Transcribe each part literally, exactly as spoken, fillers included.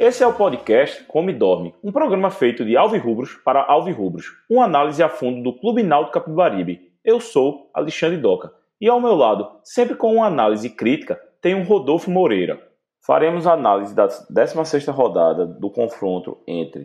Esse é o podcast Come e Dorme, um programa feito de alvirrubros para alvirrubros, uma análise a fundo do Clube Náutico Capibaribe. Eu sou Alexandre Doca e ao meu lado, sempre com uma análise crítica, tem o Rodolfo Moreira. Faremos a análise da décima sexta rodada do confronto entre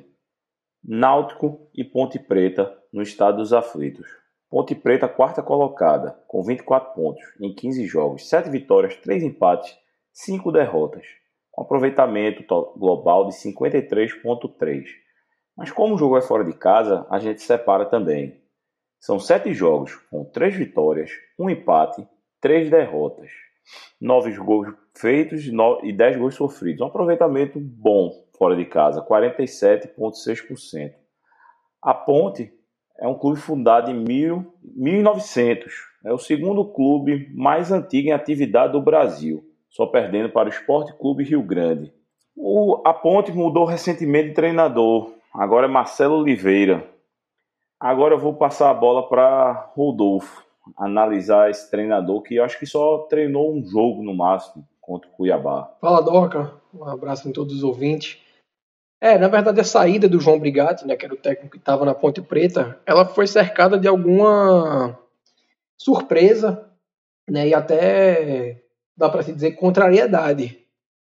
Náutico e Ponte Preta no Estado dos Aflitos. Ponte Preta, quarta colocada, com vinte e quatro pontos em quinze jogos, sete vitórias, três empates, cinco derrotas, com aproveitamento global de cinquenta e três vírgula três. Mas como o jogo é fora de casa, a gente separa também. São sete jogos, com três vitórias, um empate, três derrotas, nove gols feitos e dez gols sofridos. Um aproveitamento bom fora de casa, quarenta e sete vírgula seis por cento. A Ponte é um clube fundado em mil e novecentos. É o segundo clube mais antigo em atividade do Brasil, só perdendo para o Sport Clube Rio Grande. O, a Ponte mudou recentemente de treinador. Agora é Marcelo Oliveira. Agora eu vou passar a bola para Rodolfo, analisar esse treinador que eu acho que só treinou um jogo no máximo contra o Cuiabá. Fala, Doca. Um abraço em todos os ouvintes. É, na verdade, a saída do João Brigatti, né, que era o técnico que estava na Ponte Preta, ela foi cercada de alguma surpresa, né, e até, dá para se dizer, contrariedade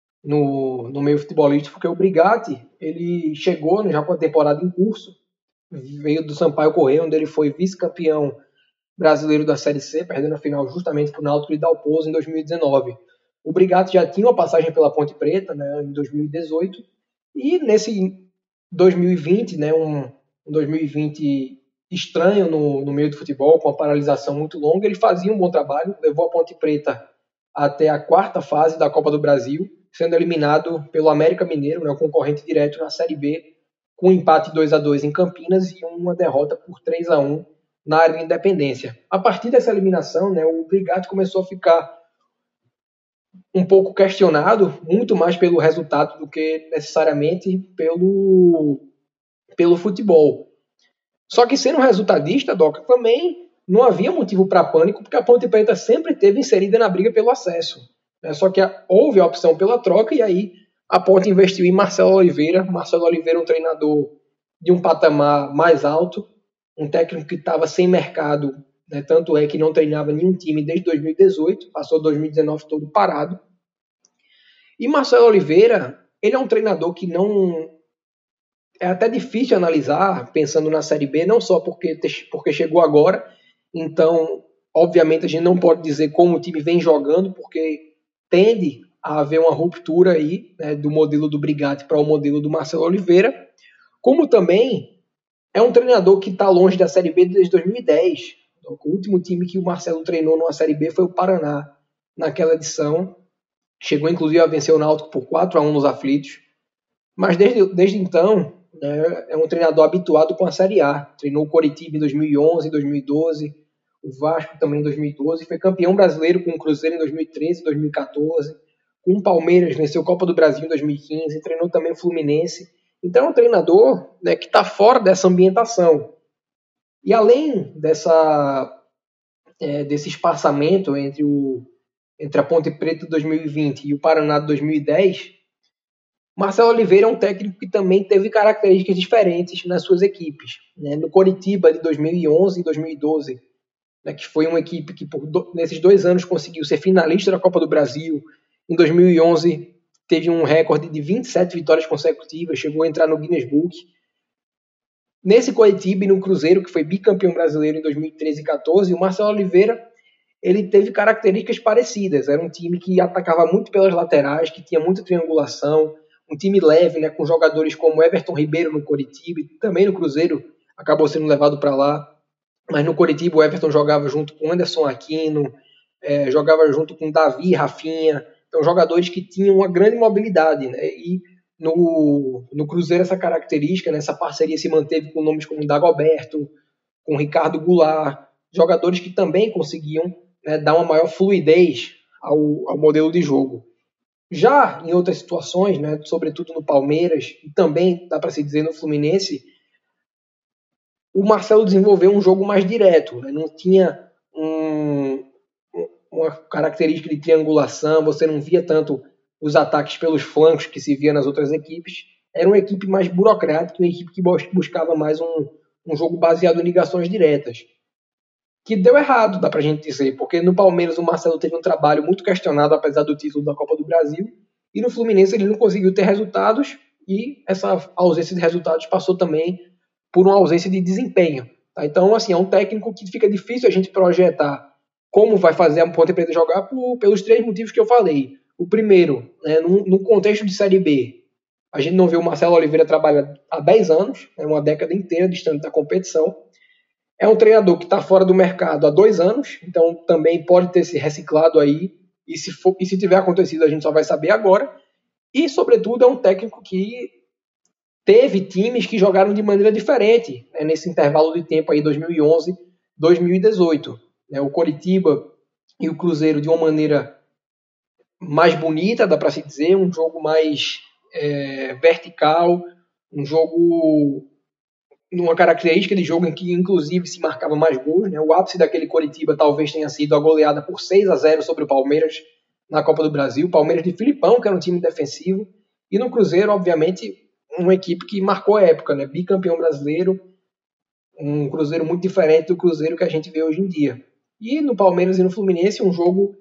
no, no meio futebolístico, porque o Brigatti, ele chegou, né, já com a temporada em curso, veio do Sampaio Corrêa, onde ele foi vice-campeão brasileiro da Série C, perdendo a final justamente para o Náutico de Dalpozo em dois mil e dezenove. O Brigatti já tinha uma passagem pela Ponte Preta, né, em dois mil e dezoito, e nesse dois mil e vinte, né, um, um dois mil e vinte estranho no, no meio do futebol, com uma paralisação muito longa, ele fazia um bom trabalho, levou a Ponte Preta até a quarta fase da Copa do Brasil, sendo eliminado pelo América Mineiro, né, o concorrente direto na Série B, com um empate dois a dois em Campinas e uma derrota por três a um na Arena Independência. A partir dessa eliminação, né, o Brigatti começou a ficar um pouco questionado, muito mais pelo resultado do que necessariamente pelo, pelo futebol. Só que sendo um resultadista, Doca, também não havia motivo para pânico, porque a Ponte Preta sempre esteve inserida na briga pelo acesso. Né? Só que houve a opção pela troca e aí a Ponte investiu em Marcelo Oliveira. Marcelo Oliveira é um treinador de um patamar mais alto, um técnico que estava sem mercado, né? Tanto é que não treinava nenhum time desde dois mil e dezoito, passou dois mil e dezenove todo parado. E Marcelo Oliveira, ele é um treinador que não... É até difícil analisar, pensando na Série B, não só porque, porque chegou agora, então, obviamente, a gente não pode dizer como o time vem jogando, porque tende a haver uma ruptura aí, né, do modelo do Brigatti para o modelo do Marcelo Oliveira, como também é um treinador que está longe da Série B desde dois mil e dez. Então, o último time que o Marcelo treinou numa Série B foi o Paraná, naquela edição. Chegou, inclusive, a vencer o Náutico por quatro a um nos aflitos. Mas, desde, desde então, né, é um treinador habituado com a Série A. Treinou o Coritiba em dois mil e onze, dois mil e doze, o Vasco também em dois mil e doze. Foi campeão brasileiro com o Cruzeiro em dois mil e treze, dois mil e quatorze. Com o Palmeiras, venceu a Copa do Brasil em dois mil e quinze. Treinou também o Fluminense. Então, é um treinador, né, que está fora dessa ambientação. E além dessa, é, desse espaçamento entre, o, entre a Ponte Preta de dois mil e vinte e o Paraná de dois mil e dez, Marcelo Oliveira é um técnico que também teve características diferentes nas suas equipes. Né? No Coritiba de dois mil e onze e dois mil e doze, né, que foi uma equipe que por do, nesses dois anos conseguiu ser finalista da Copa do Brasil. Em dois mil e onze teve um recorde de vinte e sete vitórias consecutivas, chegou a entrar no Guinness Book. Nesse Coritiba e no Cruzeiro, que foi bicampeão brasileiro em dois mil e treze e dois mil e quatorze, o Marcelo Oliveira ele teve características parecidas. Era um time que atacava muito pelas laterais, que tinha muita triangulação, um time leve, né, com jogadores como Everton Ribeiro no Coritiba, e também no Cruzeiro acabou sendo levado para lá. Mas no Coritiba o Everton jogava junto com Anderson Aquino, é, jogava junto com Davi e Rafinha. Então, jogadores que tinham uma grande mobilidade, né? E no, no Cruzeiro essa característica, né, essa parceria se manteve com nomes como Dagoberto, com Ricardo Goulart, jogadores que também conseguiam, né, dar uma maior fluidez ao, ao modelo de jogo. Já em outras situações, né, sobretudo no Palmeiras e também, dá para se dizer, no Fluminense, o Marcelo desenvolveu um jogo mais direto, né? Não tinha um, uma característica de triangulação, você não via tanto os ataques pelos flancos que se via nas outras equipes. Era uma equipe mais burocrática, uma equipe que buscava mais um, um jogo baseado em ligações diretas. Que deu errado, dá pra gente dizer, porque no Palmeiras o Marcelo teve um trabalho muito questionado, apesar do título da Copa do Brasil, e no Fluminense ele não conseguiu ter resultados, e essa ausência de resultados passou também por uma ausência de desempenho. Tá? Então, assim, é um técnico que fica difícil a gente projetar como vai fazer a Ponte Preta jogar por, pelos três motivos que eu falei. O primeiro, né, no, no contexto de Série B, a gente não vê o Marcelo Oliveira trabalhar há dez anos, é uma década inteira distante da competição. É um treinador que está fora do mercado há dois anos, então também pode ter se reciclado aí, e se, for, e se tiver acontecido a gente só vai saber agora. E, sobretudo, é um técnico que teve times que jogaram de maneira diferente, né, nesse intervalo de tempo aí, dois mil e onze, dois mil e dezoito. Né, o Coritiba e o Cruzeiro de uma maneira mais bonita, dá para se dizer, um jogo mais é, vertical, um jogo numa característica de jogo em que inclusive se marcava mais gols, né? O ápice daquele Coritiba talvez tenha sido a goleada por seis a zero sobre o Palmeiras na Copa do Brasil, Palmeiras de Filipão, que era um time defensivo, e no Cruzeiro, obviamente, uma equipe que marcou a época, né? Bicampeão brasileiro, um Cruzeiro muito diferente do Cruzeiro que a gente vê hoje em dia. E no Palmeiras e no Fluminense, um jogo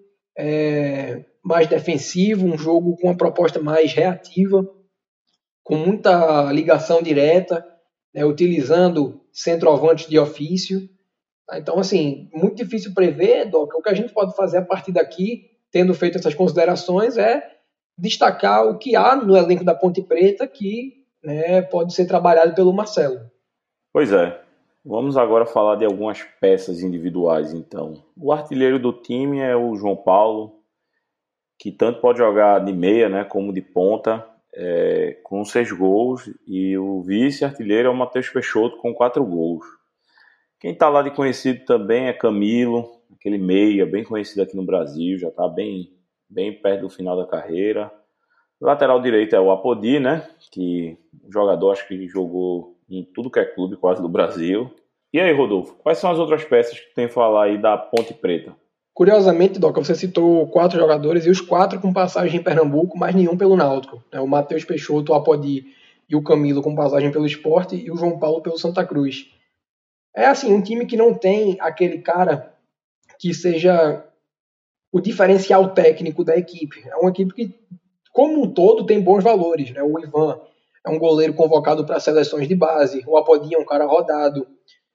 é, mais defensivo, um jogo com uma proposta mais reativa, com muita ligação direta, né, utilizando centroavantes de ofício. Tá? Então, assim, muito difícil prever, Doc. O que a gente pode fazer a partir daqui, tendo feito essas considerações, é destacar o que há no elenco da Ponte Preta que, né, pode ser trabalhado pelo Marcelo. Pois é. Vamos agora falar de algumas peças individuais, então. O artilheiro do time é o João Paulo, que tanto pode jogar de meia, né, como de ponta, é, com seis gols, e o vice-artilheiro é o Matheus Peixoto com quatro gols. Quem está lá de conhecido também é Camilo, aquele meia bem conhecido aqui no Brasil, já está bem, bem perto do final da carreira. O lateral direito é o Apodi, né, que o jogador acho que jogou em tudo que é clube quase do Brasil. E aí, Rodolfo, quais são as outras peças que tem que falar aí da Ponte Preta? Curiosamente, Doca, você citou quatro jogadores e os quatro com passagem em Pernambuco, mas nenhum pelo Náutico. O Matheus Peixoto, o Apodi e o Camilo com passagem pelo Sport e o João Paulo pelo Santa Cruz. É assim, um time que não tem aquele cara que seja o diferencial técnico da equipe. É uma equipe que, como um todo, tem bons valores. Né? O Ivan é um goleiro convocado para seleções de base, o Apodi é um cara rodado.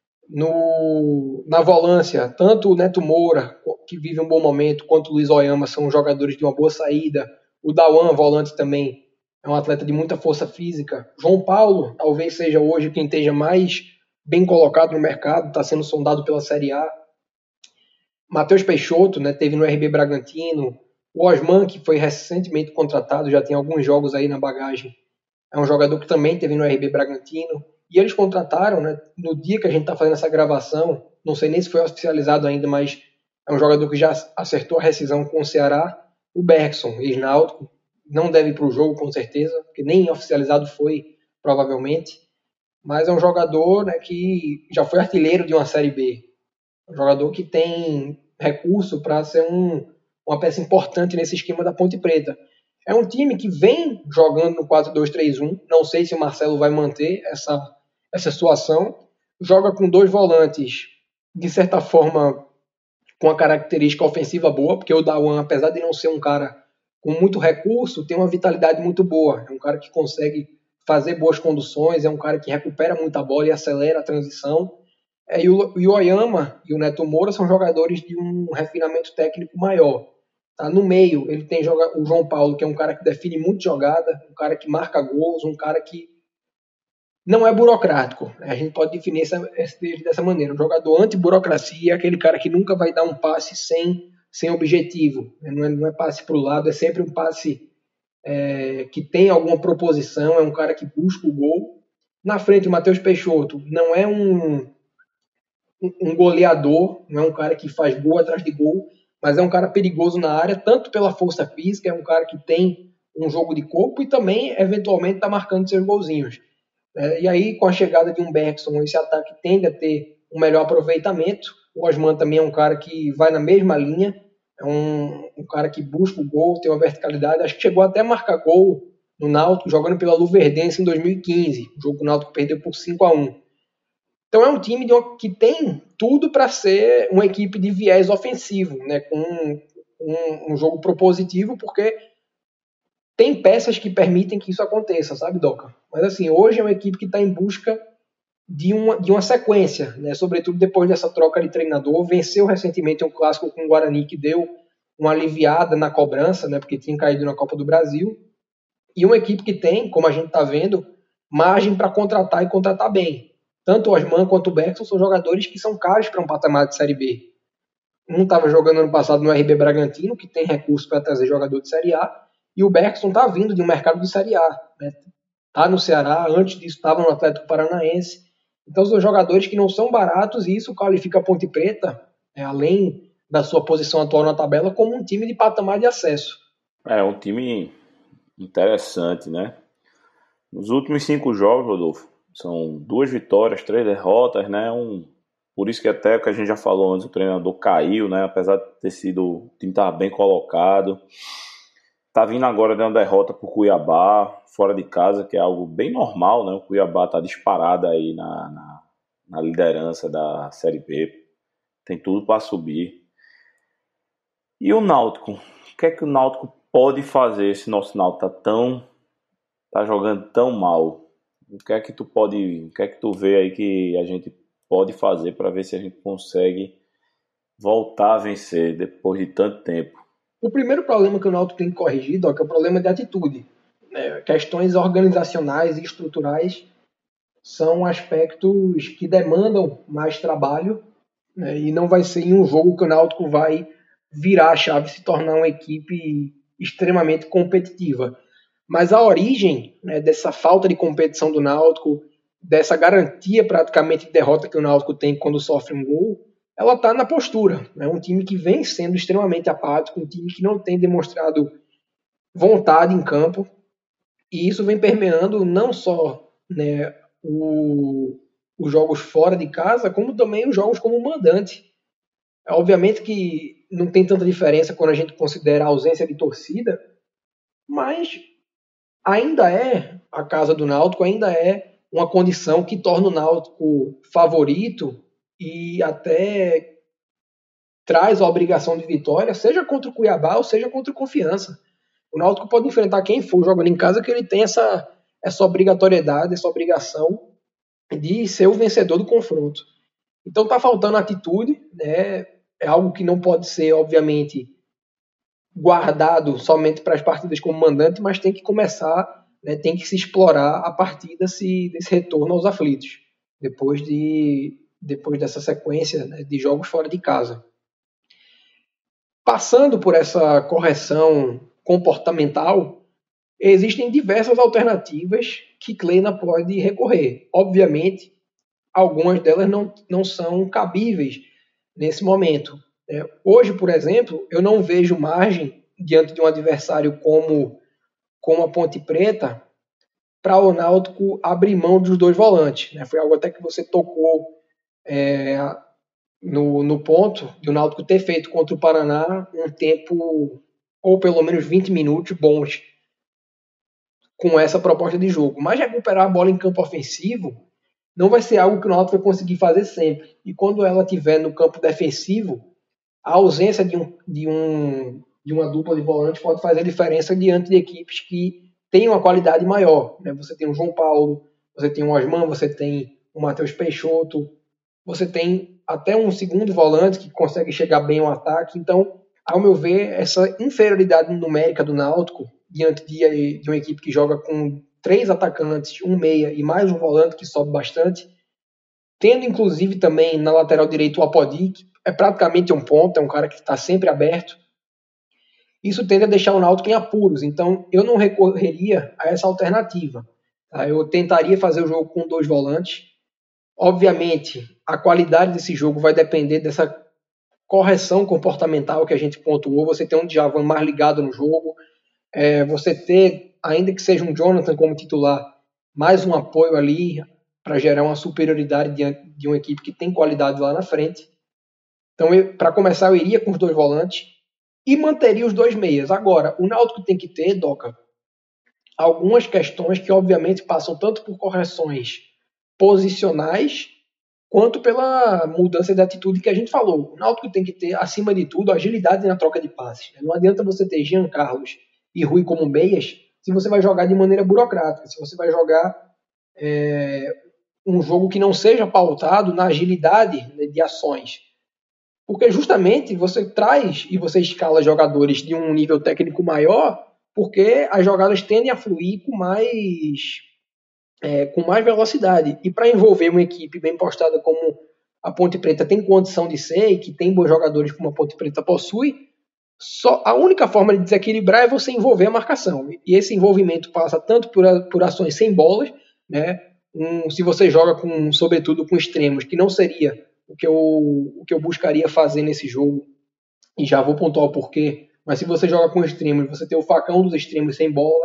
No, na volância, tanto o Neto Moura, que vive um bom momento, quanto o Luiz Oyama são jogadores de uma boa saída. O Dauan, volante também, é um atleta de muita força física. João Paulo, talvez seja hoje quem esteja mais bem colocado no mercado, está sendo sondado pela Série A. Matheus Peixoto, né, teve no R B Bragantino. O Osman, que foi recentemente contratado, já tem alguns jogos aí na bagagem. É um jogador que também teve no R B Bragantino. E eles contrataram, né, no dia que a gente está fazendo essa gravação, não sei nem se foi oficializado ainda, mas é um jogador que já acertou a rescisão com o Ceará, o Bergson, ex-náutico, não deve ir para o jogo com certeza, porque nem oficializado foi, provavelmente, mas é um jogador, né, que já foi artilheiro de uma Série B, um jogador que tem recurso para ser um, uma peça importante nesse esquema da Ponte Preta. É um time que vem jogando no quatro dois três um, não sei se o Marcelo vai manter essa essa situação, joga com dois volantes, de certa forma, com uma característica ofensiva boa, porque o Dauan, apesar de não ser um cara com muito recurso, tem uma vitalidade muito boa, é um cara que consegue fazer boas conduções, é um cara que recupera muita bola e acelera a transição, é, e o, o Oyama e o Neto Moura são jogadores de um refinamento técnico maior. Tá? No meio, ele tem o João Paulo, que é um cara que define muito jogada, um cara que marca gols, um cara que não é burocrático. A gente pode definir essa, dessa maneira. Um jogador anti-burocracia é aquele cara que nunca vai dar um passe sem, sem objetivo. Não é, não é passe para o lado, é sempre um passe é, que tem alguma proposição, é um cara que busca o gol. Na frente, o Matheus Peixoto não é um, um goleador, não é um cara que faz gol atrás de gol, mas é um cara perigoso na área, tanto pela força física, é um cara que tem um jogo de corpo e também, eventualmente, está marcando seus golzinhos. E aí, com a chegada de um Bergson, esse ataque tende a ter um melhor aproveitamento. O Osman também é um cara que vai na mesma linha. É um, um cara que busca o gol, tem uma verticalidade. Acho que chegou até a marcar gol no Náutico, jogando pela Luverdense em dois mil e quinze. O jogo que o Náutico perdeu por cinco a um. Então é um time de uma, que tem tudo para ser uma equipe de viés ofensivo, né? Com um, um, um jogo propositivo, porque tem peças que permitem que isso aconteça, sabe, Doca? Mas assim, hoje é uma equipe que está em busca de uma, de uma sequência, né? Sobretudo depois dessa troca de treinador. Venceu recentemente um clássico com o Guarani que deu uma aliviada na cobrança, né? Porque tinha caído na Copa do Brasil. E uma equipe que tem, como a gente está vendo, margem para contratar e contratar bem. Tanto o Osman quanto o Bergson são jogadores que são caros para um patamar de Série B. Um estava jogando ano passado no R B Bragantino, que tem recurso para trazer jogador de Série A, e o Bergson está vindo de um mercado de Série A. Né? Tá no Ceará, antes disso estava no Atlético Paranaense. Então são jogadores que não são baratos e isso qualifica a Ponte Preta, é, além da sua posição atual na tabela, como um time de patamar de acesso. É um time interessante, né? Nos últimos cinco jogos, Rodolfo, são duas vitórias, três derrotas, né? Um, por isso que até o que a gente já falou antes, o treinador caiu, né? Apesar de ter sido, o time estava bem colocado. Tá vindo agora de uma derrota pro Cuiabá, fora de casa, que é algo bem normal, né? O Cuiabá tá disparado aí na, na, na liderança da Série B. Tem tudo para subir. E o Náutico? O que é que o Náutico pode fazer se nosso Náutico tá tão... tá jogando tão mal? O que é que tu pode... O que é que tu vê aí que a gente pode fazer para ver se a gente consegue voltar a vencer depois de tanto tempo? O primeiro problema que o Náutico tem que corrigir, Doc, é o problema de atitude. É, questões organizacionais e estruturais são aspectos que demandam mais trabalho, né, e não vai ser em um jogo que o Náutico vai virar a chave e se tornar uma equipe extremamente competitiva. Mas a origem, né, dessa falta de competição do Náutico, dessa garantia praticamente de derrota que o Náutico tem quando sofre um gol, ela está na postura. É um time que vem sendo extremamente apático, um time que não tem demonstrado vontade em campo, e isso vem permeando não só, né, o, os jogos fora de casa, como também os jogos como mandante. Obviamente que não tem tanta diferença quando a gente considera a ausência de torcida, mas ainda é, a casa do Náutico ainda é uma condição que torna o Náutico favorito e até traz a obrigação de vitória, seja contra o Cuiabá ou seja contra o Confiança. O Náutico pode enfrentar quem for jogando em casa, que ele tem essa, essa obrigatoriedade, essa obrigação de ser o vencedor do confronto. Então está faltando atitude, né? É algo que não pode ser, obviamente, guardado somente para as partidas como mandante, mas tem que começar, né, tem que se explorar a partir desse, desse retorno aos aflitos, depois, de, depois dessa sequência, né, de jogos fora de casa. Passando por essa correção comportamental, existem diversas alternativas que Kleina pode recorrer. Obviamente, algumas delas não, não são cabíveis nesse momento. Hoje, por exemplo, eu não vejo margem diante de um adversário como, como a Ponte Preta para o Náutico abrir mão dos dois volantes. Né? Foi algo até que você tocou é, no, no ponto de o Náutico ter feito contra o Paraná um tempo, ou pelo menos vinte minutos bons com essa proposta de jogo. Mas recuperar a bola em campo ofensivo não vai ser algo que o Náutico vai conseguir fazer sempre. E quando ela estiver no campo defensivo, a ausência de, um, de, um, de uma dupla de volante pode fazer diferença diante de equipes que têm uma qualidade maior. Né? Você tem o João Paulo, você tem o Osman, você tem o Matheus Peixoto, você tem até um segundo volante que consegue chegar bem ao ataque. Então, ao meu ver, essa inferioridade numérica do Náutico diante de, de uma equipe que joga com três atacantes, um meia e mais um volante que sobe bastante, tendo inclusive também na lateral direito o Apodi, que é praticamente um ponta, é um cara que está sempre aberto. Isso tende a deixar o Náutico em apuros, então eu não recorreria a essa alternativa. Tá? Eu tentaria fazer o jogo com dois volantes. Obviamente, a qualidade desse jogo vai depender dessa correção comportamental que a gente pontuou. Você ter um Djavan mais ligado no jogo, é, você ter, ainda que seja um Jonathan como titular, mais um apoio ali para gerar uma superioridade diante de uma equipe que tem qualidade lá na frente. Então, para começar, eu iria com os dois volantes. e manteria os dois meias. Agora, o Náutico tem que ter, Doca, algumas questões que obviamente passam tanto por correções posicionais quanto pela mudança de atitude que a gente falou. O Náutico tem que ter, acima de tudo, agilidade na troca de passes. Não adianta você ter Jean Carlos e Rui como meias se você vai jogar de maneira burocrática, se você vai jogar é, um jogo que não seja pautado na agilidade de ações. Porque justamente você traz e você escala jogadores de um nível técnico maior porque as jogadas tendem a fluir com mais, é, com mais velocidade. E para envolver uma equipe bem postada como a Ponte Preta tem condição de ser e que tem bons jogadores como a Ponte Preta possui, só, a única forma de desequilibrar é você envolver a marcação. E esse envolvimento passa tanto por, por ações sem bolas, né? Um, se você joga com, sobretudo com extremos, que não seria o que, eu, o que eu buscaria fazer nesse jogo, e já vou pontuar o porquê, mas se você joga com extremos, você tem o facão dos extremos sem bola,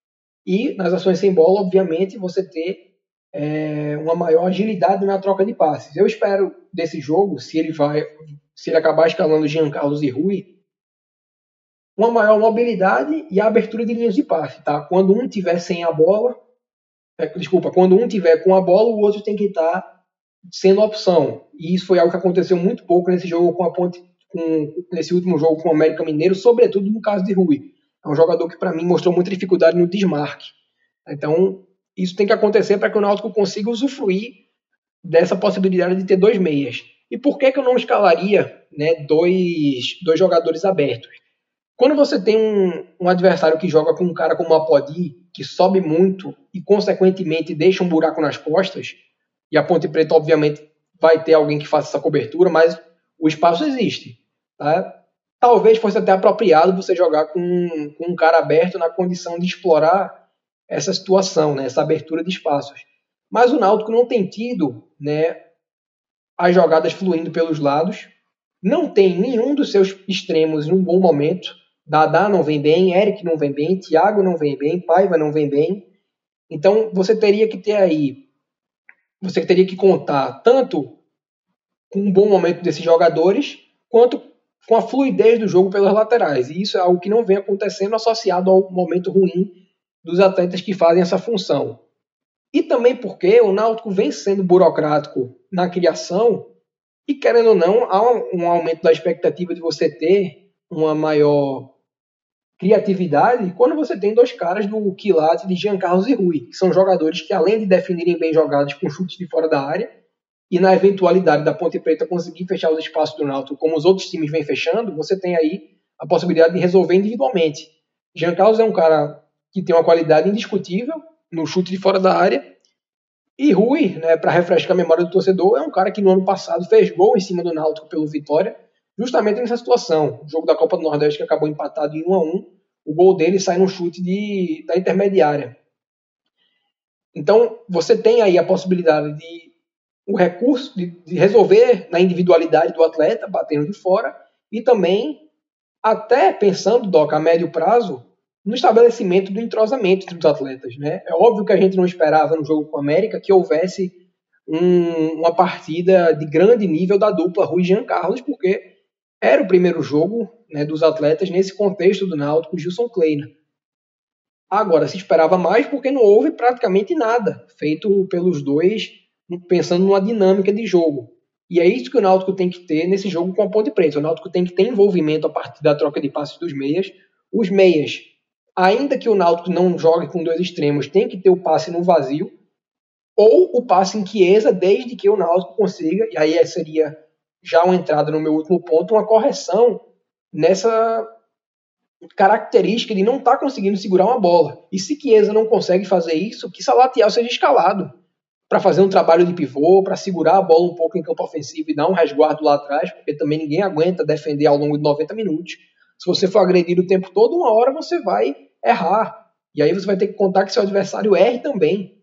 e nas ações sem bola, obviamente, você ter é, uma maior agilidade na troca de passes. Eu espero desse jogo, se ele vai, se ele acabar escalando Jean Carlos e Rui, uma maior mobilidade e a abertura de linhas de passe, tá? Quando um tiver sem a bola, é, desculpa, quando um tiver com a bola, o outro tem que estar sendo opção. E isso foi algo que aconteceu muito pouco nesse jogo com a Ponte, com, nesse último jogo com o América Mineiro, sobretudo no caso de Rui. É um jogador que para mim mostrou muita dificuldade no desmarque. Então, isso tem que acontecer para que o Náutico consiga usufruir dessa possibilidade de ter dois meias. E por que, que eu não escalaria, né, dois, dois jogadores abertos? Quando você tem um, um adversário que joga com um cara como o Apodi, que sobe muito e, consequentemente, deixa um buraco nas costas, e a Ponte Preta, obviamente, vai ter alguém que faça essa cobertura, mas o espaço existe. Tá? Talvez fosse até apropriado você jogar com, com um cara aberto na condição de explorar essa situação, né, essa abertura de espaços. Mas o Náutico não tem tido, né, as jogadas fluindo pelos lados, não tem nenhum dos seus extremos em um bom momento. Dadá não vem bem, Eric não vem bem, Thiago não vem bem, Paiva não vem bem. Então você teria que ter aí, você teria que contar tanto com um bom momento desses jogadores, quanto com a fluidez do jogo pelas laterais. E isso é algo que não vem acontecendo associado ao momento ruim dos atletas que fazem essa função. E também porque o Náutico vem sendo burocrático na criação e, querendo ou não, há um aumento da expectativa de você ter uma maior criatividade quando você tem dois caras do quilate de Jean Carlos e Rui, que são jogadores que, além de definirem bem jogadas com chutes de fora da área, e na eventualidade da Ponte Preta conseguir fechar os espaços do Náutico como os outros times vêm fechando, você tem aí a possibilidade de resolver individualmente. Jean Carlos é um cara que tem uma qualidade indiscutível no chute de fora da área, e Rui, né, para refrescar a memória do torcedor, é um cara que no ano passado fez gol em cima do Náutico pelo Vitória, justamente nessa situação. O jogo da Copa do Nordeste que acabou empatado em um a um, o gol dele sai no chute de, da intermediária. Então, você tem aí a possibilidade de o recurso de, de resolver na individualidade do atleta, batendo de fora, e também, até pensando, Doc, a médio prazo, no estabelecimento do entrosamento entre os atletas. Né? É óbvio que a gente não esperava no jogo com a América que houvesse um, uma partida de grande nível da dupla Rui e Jean Carlos, porque era o primeiro jogo, né, dos atletas nesse contexto do Náutico, Gilson Kleina. Agora, se esperava mais porque não houve praticamente nada feito pelos dois, pensando numa dinâmica de jogo. E é isso que o Náutico tem que ter nesse jogo com a Ponte Preta. O Náutico tem que ter envolvimento a partir da troca de passes dos meias. Os meias, ainda que o Náutico não jogue com dois extremos, tem que ter o passe no vazio ou o passe em Chiesa, desde que o Náutico consiga, e aí seria já uma entrada no meu último ponto, uma correção nessa característica de não estar tá conseguindo segurar uma bola. E se Chiesa não consegue fazer isso, que Salatiel seja escalado para fazer um trabalho de pivô, para segurar a bola um pouco em campo ofensivo e dar um resguardo lá atrás, porque também ninguém aguenta defender ao longo de noventa minutos. Se você for agredido o tempo todo, uma hora você vai errar. E aí você vai ter que contar que seu adversário erre também.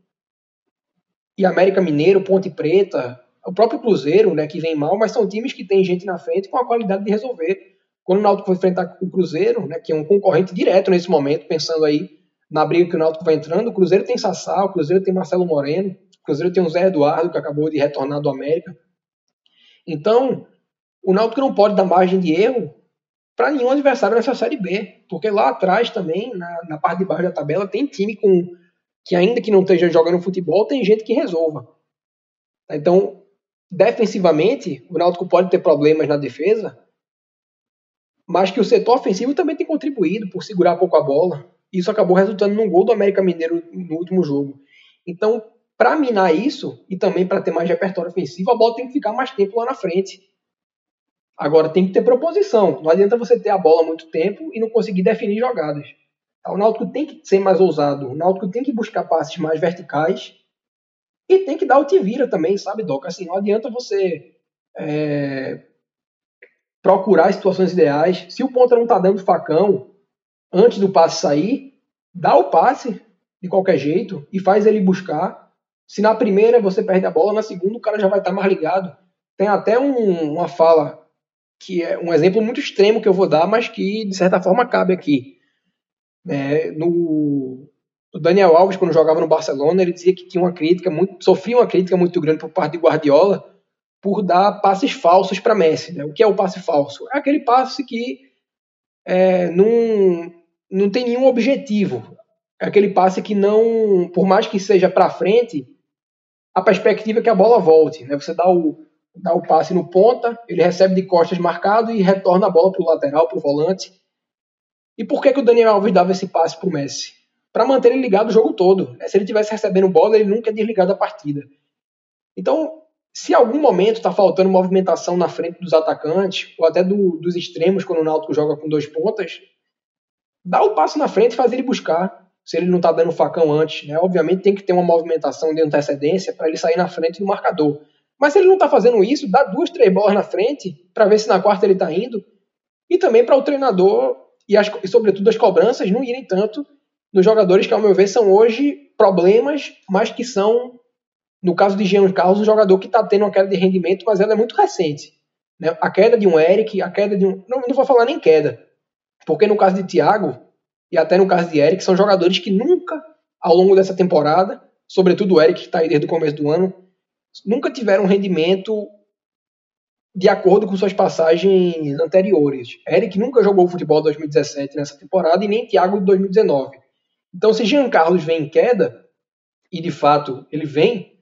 E América Mineiro, Ponte Preta, o próprio Cruzeiro, né, que vem mal, mas são times que têm gente na frente com a qualidade de resolver. Quando o Náutico foi enfrentar o Cruzeiro, né, que é um concorrente direto nesse momento, pensando aí na briga que o Náutico vai entrando, o Cruzeiro tem Sassá, o Cruzeiro tem Marcelo Moreno, o Cruzeiro tem o Zé Eduardo, que acabou de retornar do América. Então, o Náutico não pode dar margem de erro para nenhum adversário nessa Série B, porque lá atrás também, na, na parte de baixo da tabela, tem time com que ainda que não esteja jogando futebol, tem gente que resolva. Então, defensivamente, o Náutico pode ter problemas na defesa, mas que o setor ofensivo também tem contribuído por segurar pouco a bola. Isso acabou resultando num gol do América Mineiro no último jogo. Então, para minar isso, e também para ter mais repertório ofensivo, a bola tem que ficar mais tempo lá na frente. Agora, tem que ter proposição. Não adianta você ter a bola há muito tempo e não conseguir definir jogadas. O Náutico tem que ser mais ousado. O Náutico tem que buscar passes mais verticais e tem que dar o te vira também, sabe, Doca? Assim, não adianta você é, procurar as situações ideais. Se o ponta não está dando facão antes do passe sair, dá o passe de qualquer jeito e faz ele buscar. Se na primeira você perde a bola, na segunda o cara já vai estar mais ligado. Tem até um, uma fala que é um exemplo muito extremo que eu vou dar, mas que de certa forma cabe aqui. É, no, o Daniel Alves, quando jogava no Barcelona, ele dizia que tinha uma crítica muito, sofria uma crítica muito grande por parte de Guardiola por dar passes falsos para Messi. Né? O que é o passe falso? É aquele passe que é, não, não tem nenhum objetivo. É aquele passe que não, por mais que seja para frente, a perspectiva é que a bola volte. Né? Você dá o, dá o passe no ponta, ele recebe de costas marcado e retorna a bola para o lateral, para o volante. E por que, que o Daniel Alves dava esse passe para o Messi? Para manter ele ligado o jogo todo. Se ele estivesse recebendo bola, ele nunca ia desligar da partida. Então, se em algum momento está faltando movimentação na frente dos atacantes, ou até do, dos extremos, quando o Náutico joga com dois pontas, dá o passo na frente e faz ele buscar, se ele não está dando facão antes. Né? Obviamente tem que ter uma movimentação de antecedência para ele sair na frente do marcador. Mas se ele não está fazendo isso, dá duas, três bolas na frente, para ver se na quarta ele está indo, e também para o treinador, e, as, e sobretudo as cobranças, não irem tanto nos jogadores que, ao meu ver, são hoje problemas, mas que são, no caso de Jean Carlos, um jogador que está tendo uma queda de rendimento, mas ela é muito recente. Né? A queda de um Eric, a queda de um... Não, não vou falar nem queda, porque no caso de Thiago, e até no caso de Eric, são jogadores que nunca, ao longo dessa temporada, sobretudo o Eric, que está aí desde o começo do ano, nunca tiveram um rendimento de acordo com suas passagens anteriores. Eric nunca jogou futebol de dois mil e dezessete nessa temporada e nem Thiago de dois mil e dezenove. Então, se Jean Carlos vem em queda, e de fato ele vem,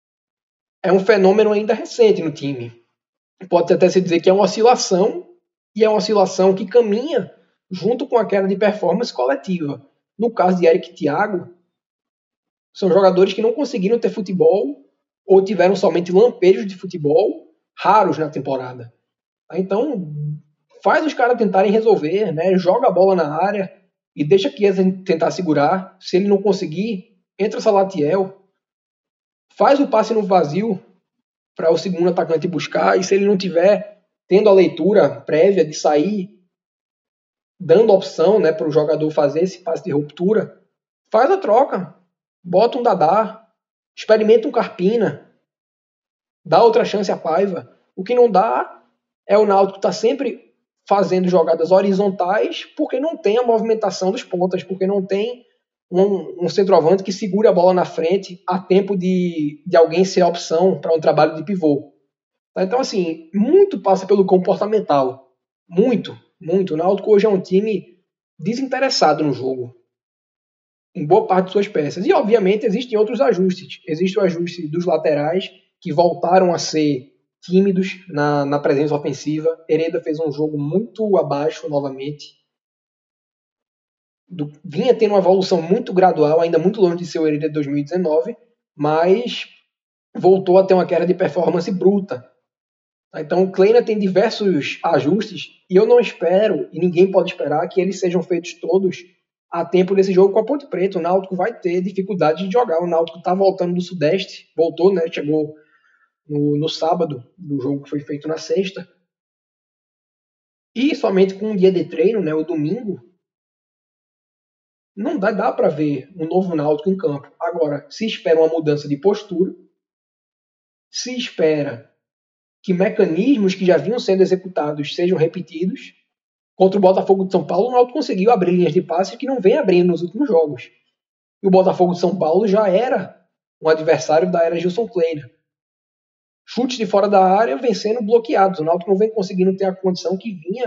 é um fenômeno ainda recente no time. Pode até se dizer que é uma oscilação, e é uma oscilação que caminha junto com a queda de performance coletiva. No caso de Eric e Thiago, são jogadores que não conseguiram ter futebol ou tiveram somente lampejos de futebol raros na temporada. Então, faz os caras tentarem resolver, né? Joga a bola na área e deixa que eles tentar segurar. Se ele não conseguir, entra Salatiel, faz o passe no vazio para o segundo atacante buscar, e se ele não tiver tendo a leitura prévia de sair, dando opção, né, para o jogador fazer esse passe de ruptura, faz a troca, bota um Dadá, experimenta um Carpina, dá outra chance a Paiva. O que não dá é o Náutico estar tá sempre fazendo jogadas horizontais porque não tem a movimentação dos pontas, porque não tem um, um centroavante que segure a bola na frente a tempo de, de alguém ser a opção para um trabalho de pivô. Então, assim, muito passa pelo comportamental. Muito, muito. O Náutico hoje é um time desinteressado no jogo, em boa parte de suas peças. E, obviamente, existem outros ajustes. Existe o ajuste dos laterais, que voltaram a ser tímidos na, na presença ofensiva. Hereda fez um jogo muito abaixo novamente. Do, vinha tendo uma evolução muito gradual, ainda muito longe de ser o Hereda de dois mil e dezenove, mas voltou a ter uma queda de performance bruta. Então o Kleina tem diversos ajustes e eu não espero, e ninguém pode esperar, que eles sejam feitos todos a tempo desse jogo com a Ponte Preta. O Náutico vai ter dificuldade de jogar. O Náutico está voltando do Sudeste, voltou, né? Chegou no, no sábado do jogo que foi feito na sexta. E somente com um dia de treino, né? O domingo, não dá, dá para ver um novo Náutico em campo. Agora, se espera uma mudança de postura, se espera que mecanismos que já vinham sendo executados sejam repetidos. Contra o Botafogo de São Paulo, o Náutico conseguiu abrir linhas de passes que não vem abrindo nos últimos jogos. E o Botafogo de São Paulo já era um adversário da era Gilson Kleina. Chutes de fora da área vem sendo bloqueados. O Náutico não vem conseguindo ter a condição que vinha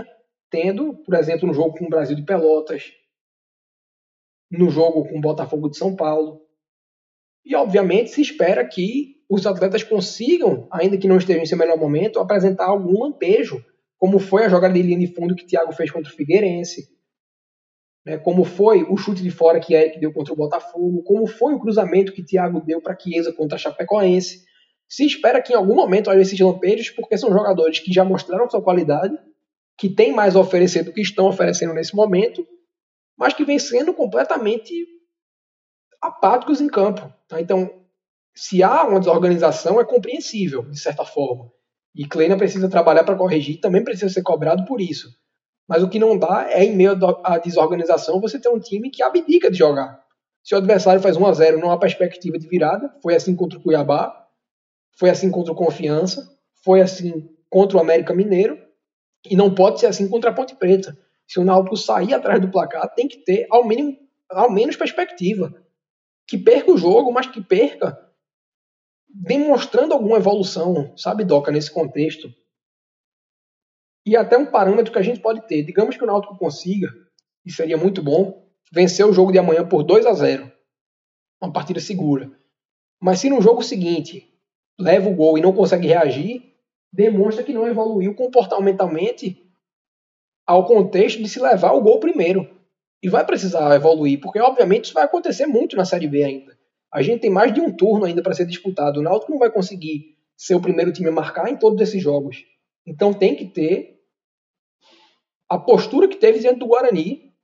tendo, por exemplo, no jogo com o Brasil de Pelotas, no jogo com o Botafogo de São Paulo. E, obviamente, se espera que os atletas consigam, ainda que não estejam em seu melhor momento, apresentar algum lampejo, como foi a jogada de linha de fundo que o Thiago fez contra o Figueirense, né, como foi o chute de fora que Eric deu contra o Botafogo, como foi o cruzamento que Thiago deu para Chiesa contra a Chapecoense. Se espera que em algum momento haja esses lampejos, porque são jogadores que já mostraram sua qualidade, que têm mais a oferecer do que estão oferecendo nesse momento, mas que vêm sendo completamente apáticos em campo. Tá? Então, se há uma desorganização, é compreensível, de certa forma. E Kleina precisa trabalhar para corrigir, também precisa ser cobrado por isso. Mas o que não dá é, em meio à desorganização, você ter um time que abdica de jogar. Se o adversário faz um a zero, não há perspectiva de virada. Foi assim contra o Cuiabá, foi assim contra o Confiança, foi assim contra o América Mineiro, e não pode ser assim contra a Ponte Preta. Se o Náutico sair atrás do placar, tem que ter ao, mínimo, ao menos perspectiva. Que perca o jogo, mas que perca demonstrando alguma evolução, sabe, Doca, nesse contexto. E até um parâmetro que a gente pode ter. Digamos que o Náutico consiga, e seria muito bom, vencer o jogo de amanhã por dois a zero. Uma partida segura. Mas se no jogo seguinte leva o gol e não consegue reagir, demonstra que não evoluiu comportamentalmente ao contexto de se levar o gol primeiro. E vai precisar evoluir, porque obviamente isso vai acontecer muito na Série B ainda. A gente tem mais de um turno ainda para ser disputado. O Náutico não vai conseguir ser o primeiro time a marcar em todos esses jogos. Então tem que ter a postura que teve diante do Guarani.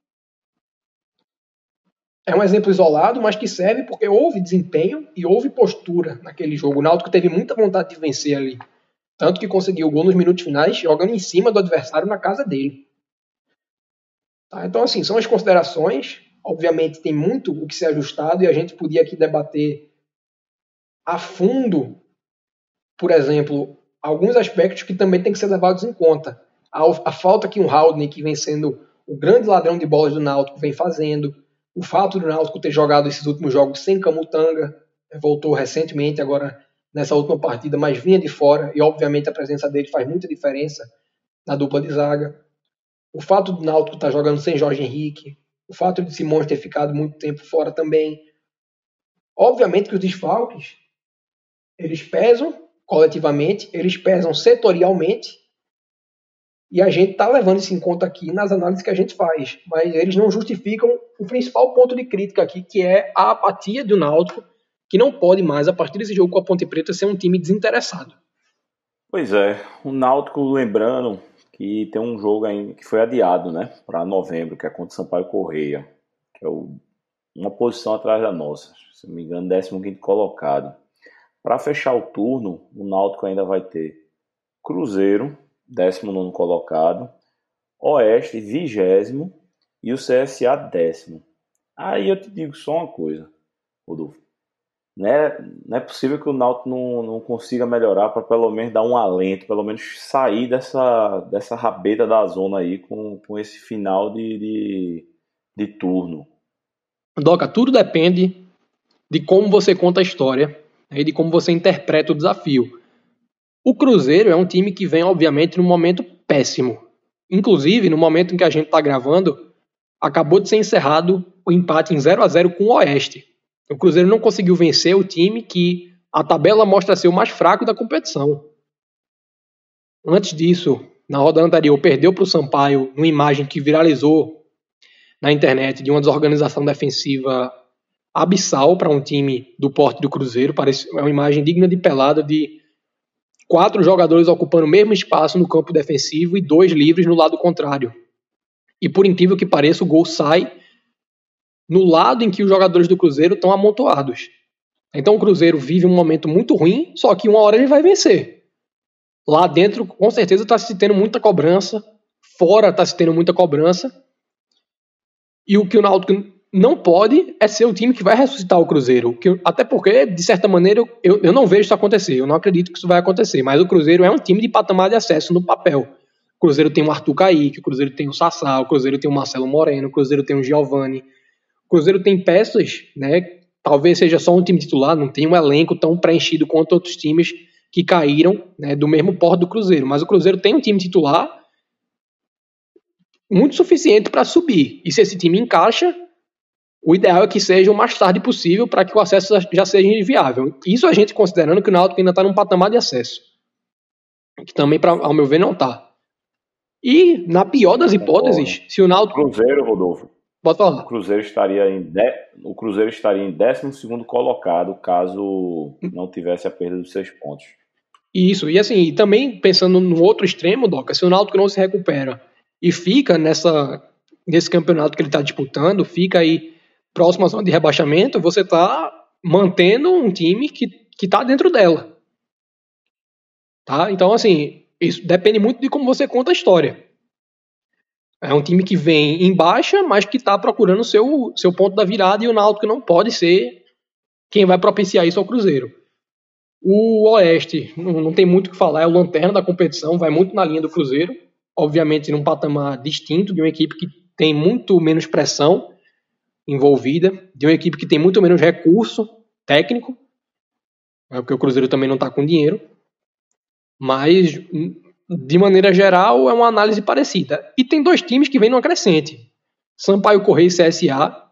É um exemplo isolado, mas que serve porque houve desempenho e houve postura naquele jogo. O Náutico teve muita vontade de vencer ali. Tanto que conseguiu o gol nos minutos finais, jogando em cima do adversário na casa dele. Tá? Então, assim, são as considerações. Obviamente tem muito o que ser ajustado e a gente podia aqui debater a fundo, por exemplo, alguns aspectos que também têm que ser levados em conta. A, a falta que um Haldane, que vem sendo o grande ladrão de bolas do Náutico, vem fazendo. O fato do Náutico ter jogado esses últimos jogos sem Camutanga, voltou recentemente agora nessa última partida, mas vinha de fora e obviamente a presença dele faz muita diferença na dupla de zaga. O fato do Náutico estar jogando sem Jorge Henrique, o fato de Simões ter ficado muito tempo fora também. Obviamente que os desfalques, eles pesam coletivamente, eles pesam setorialmente, e a gente está levando isso em conta aqui nas análises que a gente faz, mas eles não justificam o principal ponto de crítica aqui, que é a apatia do Náutico, que não pode mais, a partir desse jogo com a Ponte Preta, ser um time desinteressado. Pois é, o Náutico, lembrando que tem um jogo ainda que foi adiado, né, para novembro, que é contra o Sampaio Correia, que é o, uma posição atrás da nossa, se não me engano, décimo quinto colocado. Para fechar o turno, o Náutico ainda vai ter Cruzeiro, décimo nono colocado, Oeste, vigésimo, e o C S A, décimo. Aí eu te digo só uma coisa, Rodolfo. Não é, não é possível que o Náutico não, não consiga melhorar para pelo menos dar um alento, pelo menos sair dessa, dessa rabeta da zona aí com, com esse final de, de, de turno. Doca, tudo depende de como você conta a história e de como você interpreta o desafio. O Cruzeiro é um time que vem, obviamente, num momento péssimo. Inclusive, no momento em que a gente está gravando, acabou de ser encerrado o empate em zero a zero com o Oeste. O Cruzeiro não conseguiu vencer o time que a tabela mostra ser o mais fraco da competição. Antes disso, na rodada anterior, perdeu para o Sampaio numa imagem que viralizou na internet de uma desorganização defensiva abissal para um time do porte do Cruzeiro. Parece, é uma imagem digna de pelada de quatro jogadores ocupando o mesmo espaço no campo defensivo e dois livres no lado contrário. E por incrível que pareça, o gol sai no lado em que os jogadores do Cruzeiro estão amontoados. Então o Cruzeiro vive um momento muito ruim, só que uma hora ele vai vencer. Lá dentro, com certeza, está se tendo muita cobrança. Fora está se tendo muita cobrança. E o que o Náutico não pode é ser o time que vai ressuscitar o Cruzeiro. Que, até porque, de certa maneira, eu, eu não vejo isso acontecer. Eu não acredito que isso vai acontecer. Mas o Cruzeiro é um time de patamar de acesso no papel. O Cruzeiro tem o Arthur Caíque, o Cruzeiro tem o Sassá, o Cruzeiro tem o Marcelo Moreno, o Cruzeiro tem o Giovani. O Cruzeiro tem peças, né? Talvez seja só um time titular, não tem um elenco tão preenchido quanto outros times que caíram, né, do mesmo porte do Cruzeiro. Mas o Cruzeiro tem um time titular muito suficiente para subir. E se esse time encaixa, o ideal é que seja o mais tarde possível para que o acesso já seja inviável. Isso a gente considerando que o Náutico ainda está num patamar de acesso. Que também, pra, ao meu ver, não está. E, na pior das hipóteses, se o Náutico... Cruzeiro, Rodolfo. Pode falar. O Cruzeiro estaria em, de... o Cruzeiro estaria em décimo segundo colocado caso não tivesse a perda dos seis pontos. Isso, e assim, também pensando no outro extremo, Doca, se o Náutico não se recupera e fica nessa, nesse campeonato que ele está disputando, fica aí próximo à zona de rebaixamento, você está mantendo um time que está dentro dela. Tá? Então, assim, isso depende muito de como você conta a história. É um time que vem em baixa, mas que está procurando o seu, seu ponto da virada, e o Náutico não pode ser quem vai propiciar isso ao Cruzeiro. O Oeste, não, não tem muito o que falar, é o lanterna da competição, vai muito na linha do Cruzeiro, obviamente num patamar distinto, de uma equipe que tem muito menos pressão envolvida, de uma equipe que tem muito menos recurso técnico, é porque o Cruzeiro também não está com dinheiro, mas de maneira geral é uma análise parecida. E tem dois times que vêm numa crescente, Sampaio Corrêa e C S A,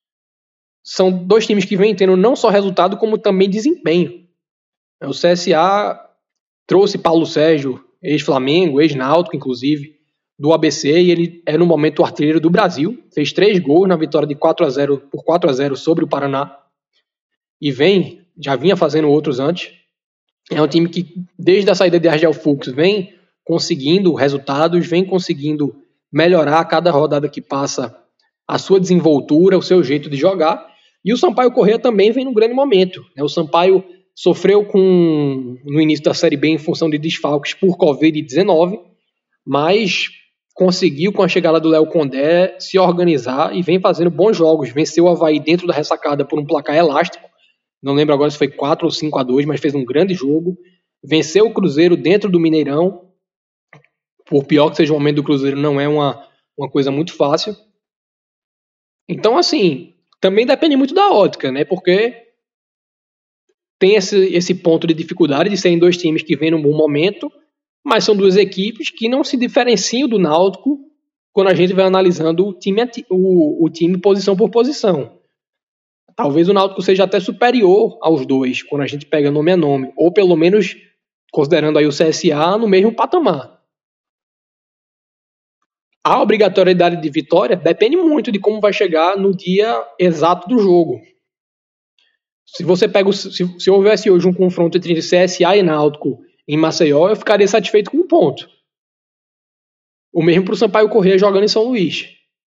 são dois times que vêm tendo não só resultado, como também desempenho. O C S A trouxe Paulo Sérgio, ex-Flamengo, ex-Náutico, inclusive, do A B C, e ele é no momento o artilheiro do Brasil, fez três gols na vitória de quatro a zero por quatro a zero sobre o Paraná, e vem, já vinha fazendo outros antes. É um time que, desde a saída de Argel Fux, vem conseguindo resultados, vem conseguindo melhorar a cada rodada que passa a sua desenvoltura, o seu jeito de jogar, e o Sampaio Corrêa também vem num grande momento. O Sampaio sofreu com, no início da Série B em função de desfalques por covid dezenove, mas conseguiu, com a chegada do Léo Condé, se organizar e vem fazendo bons jogos. Venceu o Avaí dentro da ressacada por um placar elástico, não lembro agora se foi quatro ou cinco a dois, mas fez um grande jogo. Venceu o Cruzeiro dentro do Mineirão, por pior que seja o momento do Cruzeiro, não é uma, uma coisa muito fácil. Então, assim, também depende muito da ótica, né? Porque tem esse, esse ponto de dificuldade de serem dois times que vêm num bom momento, mas são duas equipes que não se diferenciam do Náutico quando a gente vai analisando o time, o, o time posição por posição. Talvez o Náutico seja até superior aos dois, quando a gente pega nome a nome, ou pelo menos considerando aí o C S A no mesmo patamar. A obrigatoriedade de vitória depende muito de como vai chegar no dia exato do jogo. Se você pega o, se, se houvesse hoje um confronto entre C S A e Náutico em Maceió, eu ficaria satisfeito com um ponto. O mesmo para o Sampaio Corrêa jogando em São Luís.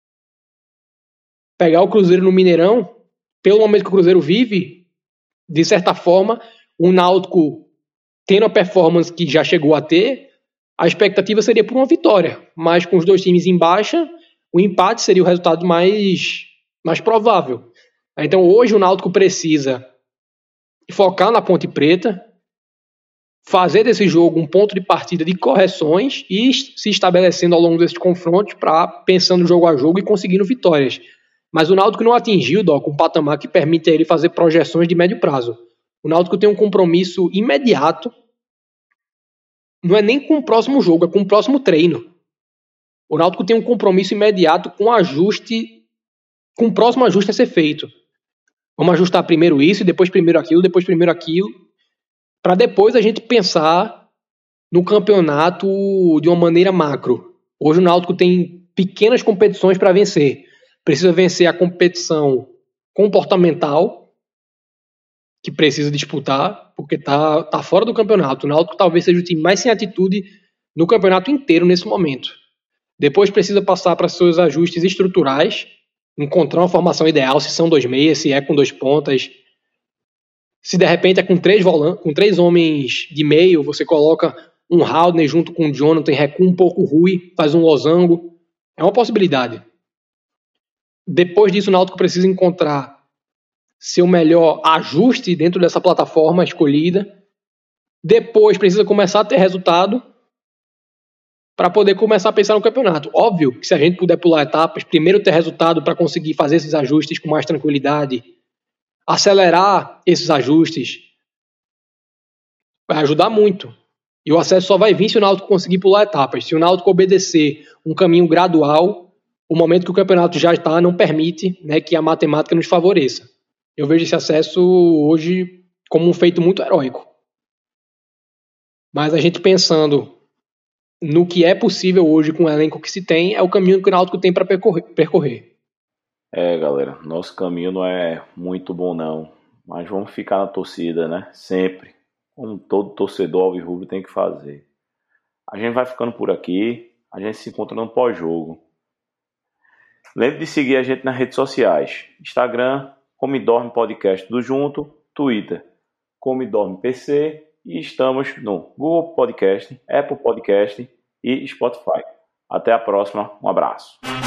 Pegar o Cruzeiro no Mineirão, pelo momento que o Cruzeiro vive, de certa forma, o Náutico tendo a performance que já chegou a ter, a expectativa seria por uma vitória. Mas com os dois times em baixa, o empate seria o resultado mais, mais provável. Então hoje o Náutico precisa focar na Ponte Preta, fazer desse jogo um ponto de partida de correções e se estabelecendo ao longo desses confrontos para pensando jogo a jogo e conseguindo vitórias. Mas o Náutico não atingiu, Doc, um patamar que permite a ele fazer projeções de médio prazo. O Náutico tem um compromisso imediato, não é nem com o próximo jogo, é com o próximo treino. O Náutico tem um compromisso imediato com ajuste, com o próximo ajuste a ser feito. Vamos ajustar primeiro isso, e depois primeiro aquilo, depois primeiro aquilo, para depois a gente pensar no campeonato de uma maneira macro. Hoje o Náutico tem pequenas competições para vencer. Precisa vencer a competição comportamental, que precisa disputar, porque está tá fora do campeonato. O Náutico talvez seja o time mais sem atitude no campeonato inteiro nesse momento. Depois precisa passar para seus ajustes estruturais, encontrar uma formação ideal, se são dois meias, se é com dois pontas. Se de repente é com três, volan- com três homens de meio, você coloca um Haldner junto com o Jonathan, recua um pouco o Rui, faz um losango. É uma possibilidade. Depois disso, o Náutico precisa encontrar seu melhor ajuste dentro dessa plataforma escolhida. Depois precisa começar a ter resultado para poder começar a pensar no campeonato. Óbvio que se a gente puder pular etapas, primeiro ter resultado para conseguir fazer esses ajustes com mais tranquilidade, acelerar esses ajustes, vai ajudar muito. E o acesso só vai vir se o Náutico conseguir pular etapas. Se o Náutico obedecer um caminho gradual, o momento que o campeonato já está não permite, né, que a matemática nos favoreça. Eu vejo esse acesso hoje como um feito muito heróico. Mas a gente pensando no que é possível hoje com o elenco que se tem, é o caminho que o Náutico tem para percorrer. É, galera, nosso caminho não é muito bom não, mas vamos ficar na torcida, né? Sempre, como todo torcedor alvirrubro tem que fazer. A gente vai ficando por aqui, a gente se encontra no pós-jogo. Lembre de seguir a gente nas redes sociais, Instagram, Come Dorme Podcast do Junto, Twitter, Come Dorme P C, e estamos no Google Podcast, Apple Podcast e Spotify. Até a próxima, um abraço.